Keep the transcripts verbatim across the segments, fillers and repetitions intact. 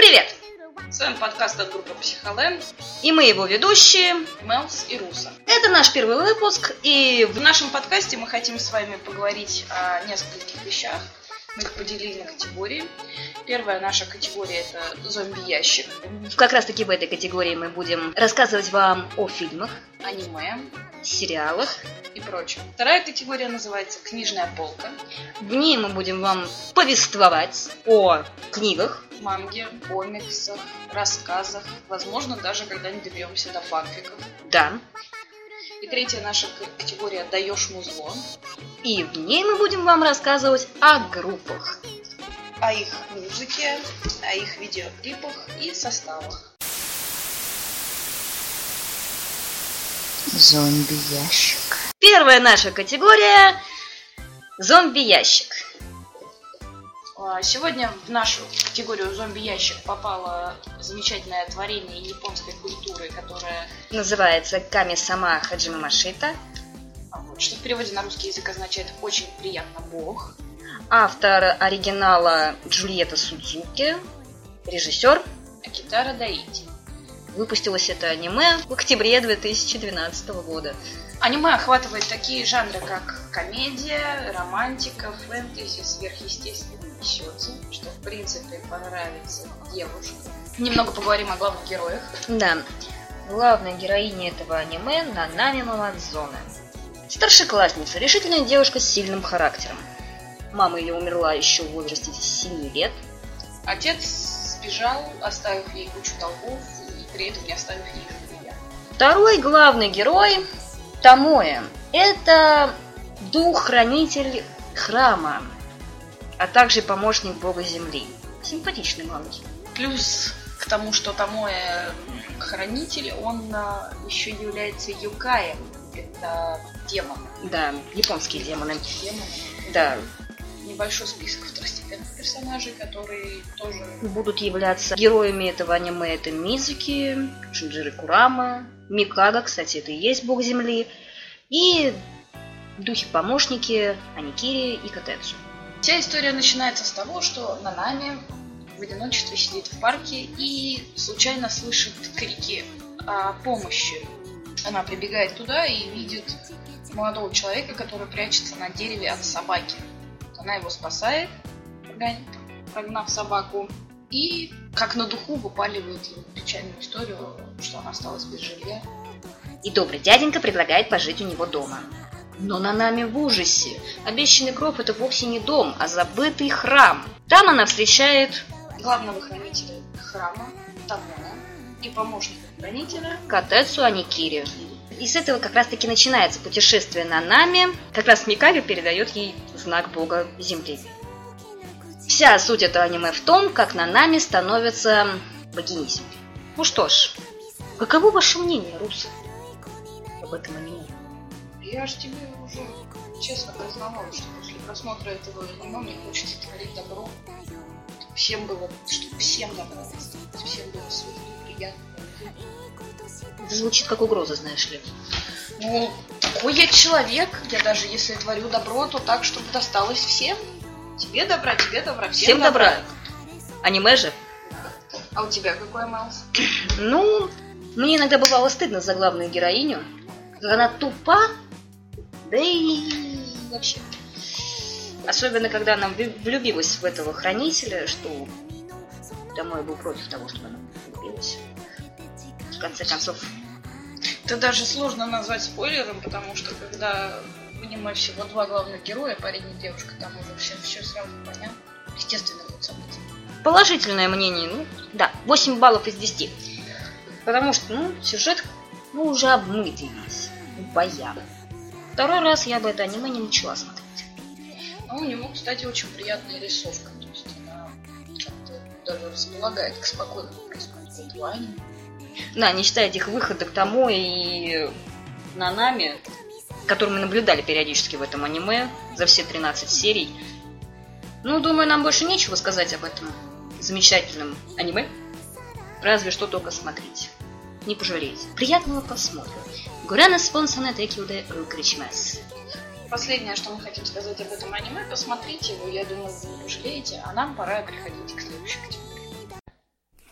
Привет! С вами подкаст от группы Психоленд. И мы его ведущие Мелс и Руса. Это наш первый выпуск, и в нашем подкасте мы хотим с вами поговорить о нескольких вещах. Мы их поделили на категории. Первая наша категория – это зомби-ящик. Как раз таки в этой категории мы будем рассказывать вам о фильмах, аниме, сериалах и прочем. Вторая категория называется «Книжная полка». В ней мы будем вам повествовать о книгах, манге, комиксах, рассказах. Возможно, даже когда-нибудь доберемся до фанфиков. Да. И третья наша категория «Даешь музло». И в ней мы будем вам рассказывать о группах. О их музыке, о их видеоклипах и составах. Зомби-ящик. Первая наша категория – зомби-ящик. Сегодня в нашу категорию зомби-ящик попало замечательное творение японской культуры, которое называется Ками-сама Хаджиме Машита, что в переводе на русский язык означает «очень приятно Бог». Автор оригинала Джульетта Судзуки, режиссер Акитара Даити. Выпустилось это аниме в октябре две тысячи двенадцатого года. Аниме охватывает такие жанры, как комедия, романтика, фэнтези, сверхъестественное несется, что в принципе понравится девушкам. Немного поговорим о главных героях. Да, главная героиня этого аниме Нанами Мамадзоне. Старшеклассница, решительная девушка с сильным характером. Мама ее умерла еще в возрасте семи лет. Отец сбежал, оставив ей кучу долгов и при этом не оставив ей жилья. Второй главный герой Томоэ. Это дух-хранитель храма, а также помощник бога земли. Симпатичный малый. Плюс к тому, что Томоэ хранитель, он еще является юкаем. Это демон. Да, японские демоны. Демоны. Да. Небольшой список второстепенных персонажей, которые тоже будут являться героями этого аниме. Это Мизуки, Шинджиро Курама, Микага, кстати, это и есть бог земли, и духи-помощники Аникири и Катэцу. Вся история начинается с того, что Нанами в одиночестве сидит в парке и случайно слышит крики о помощи. Она прибегает туда и видит молодого человека, который прячется на дереве от собаки. Она его спасает, прогнав собаку, и как на духу выпаливает ему печальную историю, что она осталась без жилья. И добрый дяденька предлагает пожить у него дома. Но Нанами в ужасе. Обещанный кров – это вовсе не дом, а забытый храм. Там она встречает главного хранителя храма Томоэ и помощника хранителя Катэцу Аникири. И с этого как раз-таки начинается путешествие Нанами. Как раз Микага передает ей знак бога земли. Вся суть этого аниме в том, как Нанами становится богиней земли. Ну что ж, каково ваше мнение, Рус, об этом аниме? Я же тебе уже честно признавала, что после просмотра этого аниме мне хочется творить добро. Всем было, чтобы всем добро, всем было светло, приятно. Это звучит как угроза, знаешь ли. Ну, такой я человек. Я даже если творю добро, то так, чтобы досталось всем. Тебе добра, тебе добра, всем, всем добра. добра. Аниме же. А у тебя какой, Мэлс? Ну, мне иногда бывало стыдно за главную героиню. Она тупа, да и вообще. Особенно, когда она влюбилась в этого хранителя, что Томоэ был против того, чтобы она влюбилась. В конце концов, это даже сложно назвать спойлером, потому что когда в аниме всего два главных героя, парень и девушка, там уже все, все сразу понятно. Естественно, будет событие. Положительное мнение, ну, да, восемь баллов из десяти. Потому что, ну, сюжет, ну, уже обмытый весь, баян. Второй раз я бы это аниме не начала смотреть. Ну, у него, кстати, очень приятная рисовка, то есть она как-то даже располагает к спокойному просмотру аниме. Да, не считая этих выходок Томоэ и Нанами, которые мы наблюдали периодически в этом аниме за все тринадцать серий. Ну, думаю, нам больше нечего сказать об этом замечательном аниме. Разве что только смотрите. Не пожалеете. Приятного просмотра. Гурана спонсорна текиуде рукричмас. Последнее, что мы хотим сказать об этом аниме, посмотрите его, я думаю, вы не пожалеете, а нам пора переходить к следующей категории.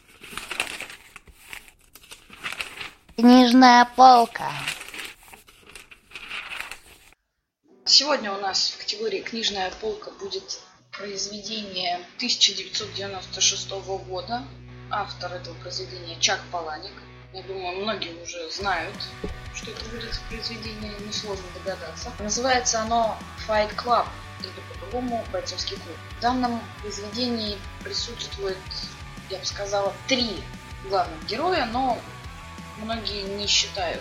Книжная полка. Сегодня у нас в категории «Книжная полка» будет произведение тысяча девятьсот девяносто шестого года. Автор этого произведения Чак Паланик. Я думаю, многие уже знают, что это будет за произведение, несложно догадаться. Называется оно Fight Club, или по-другому «Бойцовский клуб». В данном произведении присутствует, я бы сказала, три главных героя, но многие не считают,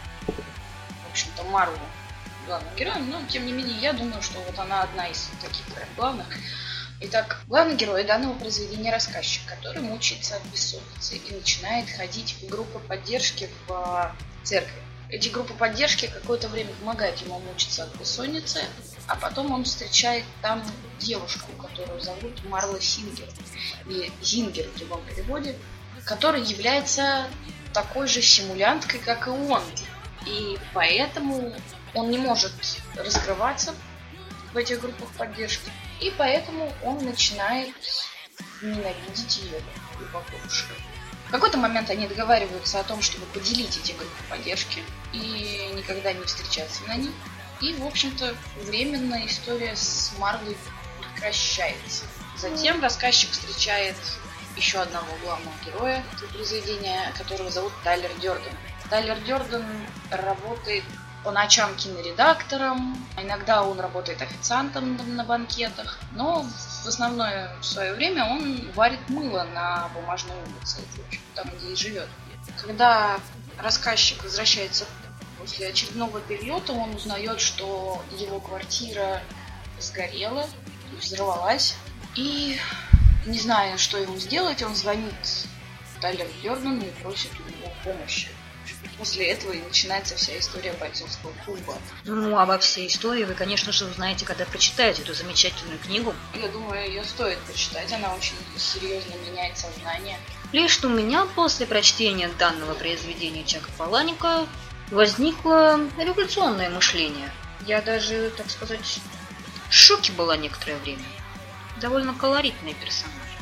в общем-то, Марву главным героем, но, тем не менее, я думаю, что вот она одна из таких прям главных. Итак, главный герой данного произведения — рассказчик, который мучается от бессонницы и начинает ходить в группы поддержки в церкви. Эти группы поддержки какое-то время помогают ему мучиться от бессонницы, а потом он встречает там девушку, которую зовут Марла Сингер, или Зингер в любом переводе, которая является такой же симулянткой, как и он. И поэтому он не может раскрываться в этих группах поддержки. И поэтому он начинает ненавидеть ее по душе. В какой-то момент они договариваются о том, чтобы поделить эти группы поддержки и никогда не встречаться на них. И, в общем-то, временно история с Марлой прекращается. Затем рассказчик встречает еще одного главного героя этого произведения, которого зовут Тайлер Дёрден. Тайлер Дёрден работает по ночам киноредактором, иногда он работает официантом на банкетах, но в основное свое время он варит мыло на Бумажной улице, там, где и живет. Когда рассказчик возвращается после очередного перелета, он узнает, что его квартира сгорела, взорвалась, и, не зная, что ему сделать, он звонит Тайлеру Дёрдену и просит у него помощи. После этого и начинается вся история бойцовского клуба. Ну, обо всей истории вы, конечно же, узнаете, когда прочитаете эту замечательную книгу. Я думаю, ее стоит прочитать, она очень серьезно меняет сознание. Лишь что у меня после прочтения данного произведения Чака Паланика возникло революционное мышление. Я даже, так сказать, в шоке была некоторое время. Довольно колоритные персонажи.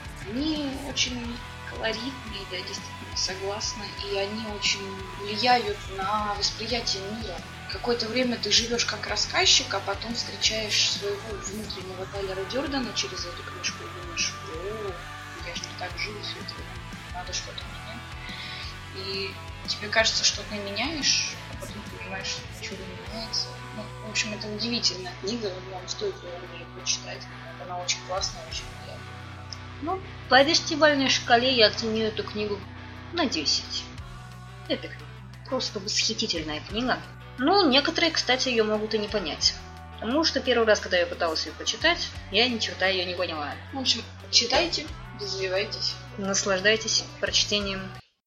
Они очень колоритные, да, действительно, согласна, и они очень влияют на восприятие мира. Какое-то время ты живешь как рассказчик, а потом встречаешь своего внутреннего Тайлера Дёрдена через эту книжку и думаешь: о, я же не так жил все это время, надо что-то менять. И тебе кажется, что ты меняешь, а потом ты понимаешь, что ничего не меняется. Ну, в общем, это удивительная книга, вам стоит ее почитать. Она очень классная, очень приятная. Ну, по десятибалльной шкале я оценю эту книгу на десять. Это просто восхитительная книга. Ну, некоторые, кстати, ее могут и не понять. Потому что первый раз, когда я пыталась ее почитать, я ни черта ее не поняла. В общем, читайте, развивайтесь. Наслаждайтесь прочтением.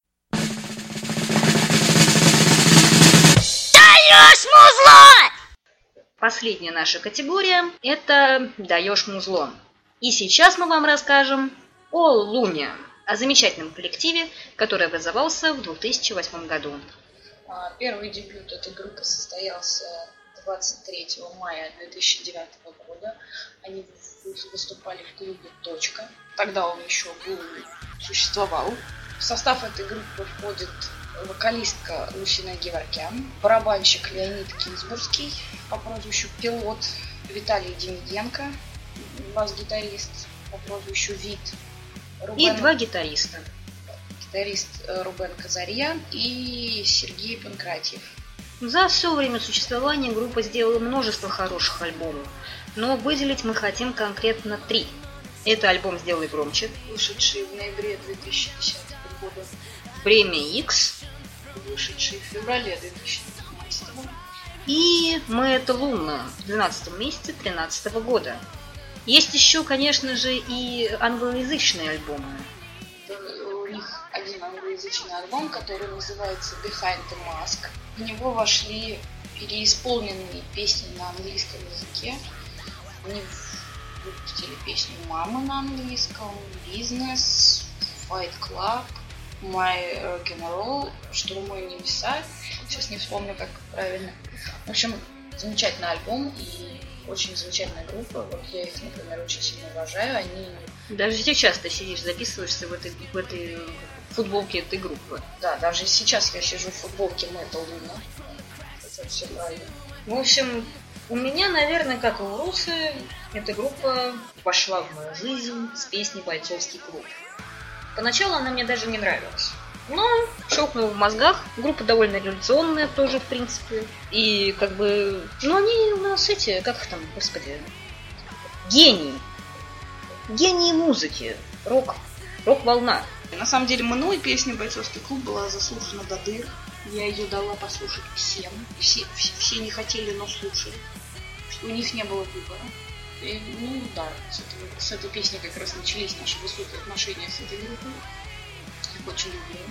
Даешь музло! Последняя наша категория – это «Даешь музло». И сейчас мы вам расскажем о Луне, о замечательном коллективе, который образовался в две тысячи восьмом году. Первый дебют этой группы состоялся двадцать третьего мая две тысячи девятого года. Они выступали в клубе «Точка». Тогда он еще был, существовал. В состав этой группы входит вокалистка Лусина Геворкян, барабанщик Леонид Кинзбургский по прозвищу Пилот, Виталий Демиденко, бас-гитарист по прозвищу Вит, Рубен, и два гитариста. Гитарист Рубен Казарьян и Сергей Панкратьев. За все время существования группа сделала множество хороших альбомов, но выделить мы хотим конкретно три. Это альбом «Сделай громче», вышедший в ноябре две тысячи десятого года, «Время X», вышедший в феврале две тысячи двенадцатого, и «Мы — это Луна» в двенадцатом месяце две тысячи тринадцатого года. Есть еще, конечно же, и англоязычные альбомы. У них один англоязычный альбом, который называется Behind the Mask. В него вошли переисполненные песни на английском языке. Они выпустили песню «Мама» на английском, «Business», «Fight Club», «My Rock'n'Roll», «Штурмуя небеса». Сейчас не вспомню, как правильно. В общем, замечательный альбом и очень замечательная группа. Вот я их, например, очень сильно уважаю. Они Даже сейчас ты сидишь, записываешься в этой, в этой футболке этой группы. Да, даже сейчас я сижу в футболке Metal Luna. Это все правильно. В общем, у меня, наверное, как и у Русы, эта группа вошла в мою жизнь с песней «Бойцовский клуб». Поначалу она мне даже не нравилась. Но щелкнула в мозгах. Группа довольно революционная тоже, в принципе. И как бы... Ну, они у нас эти... Как их там, господи... Гении. Гении музыки. Рок. Рок-волна. На самом деле, мной песня «Бойцовский клуб» была заслужена до дыр. Я ее дала послушать всем. Все, все, все не хотели, но слушали. У них не было выбора. И, ну да, с, этого, с этой песни как раз начались наши высокие отношения с этой группой. Я очень люблю.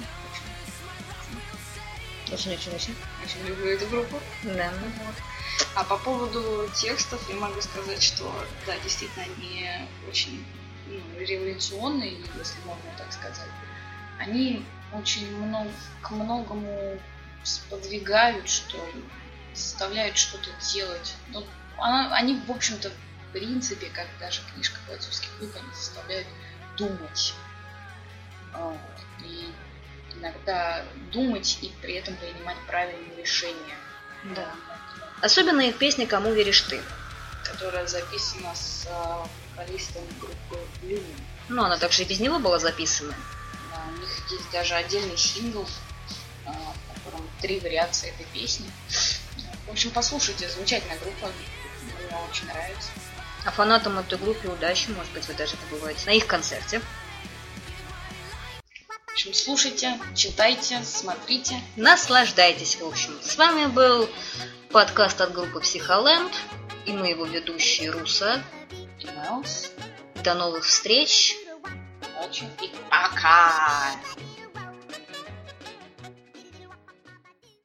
Очень, очень, очень. Очень люблю эту группу. Да. Вот. А по поводу текстов я могу сказать, что да, действительно они очень ну, революционные, если можно так сказать. Они очень много, к многому сподвигают, что ли, заставляют что-то делать. Но она, они, в общем-то, в принципе, как даже книжка «Бойцовский клуб», они заставляют думать. И иногда думать и при этом принимать правильные решения. Да. Особенно их песня «Кому веришь ты», которая записана с вокалистом группы Lumen. Ну, она также и без него была записана. Да, у них есть даже отдельный сингл, в котором три вариации этой песни. В общем, послушайте, замечательная группа, мне очень нравится. А фанатам этой группы удачи, может быть, вы даже побываете на их концерте. В общем, слушайте, читайте, смотрите. Наслаждайтесь, в общем. С вами был подкаст от группы Психоленд, и мы его ведущие Руса. И Мэлс. До новых встреч. Удачи и пока!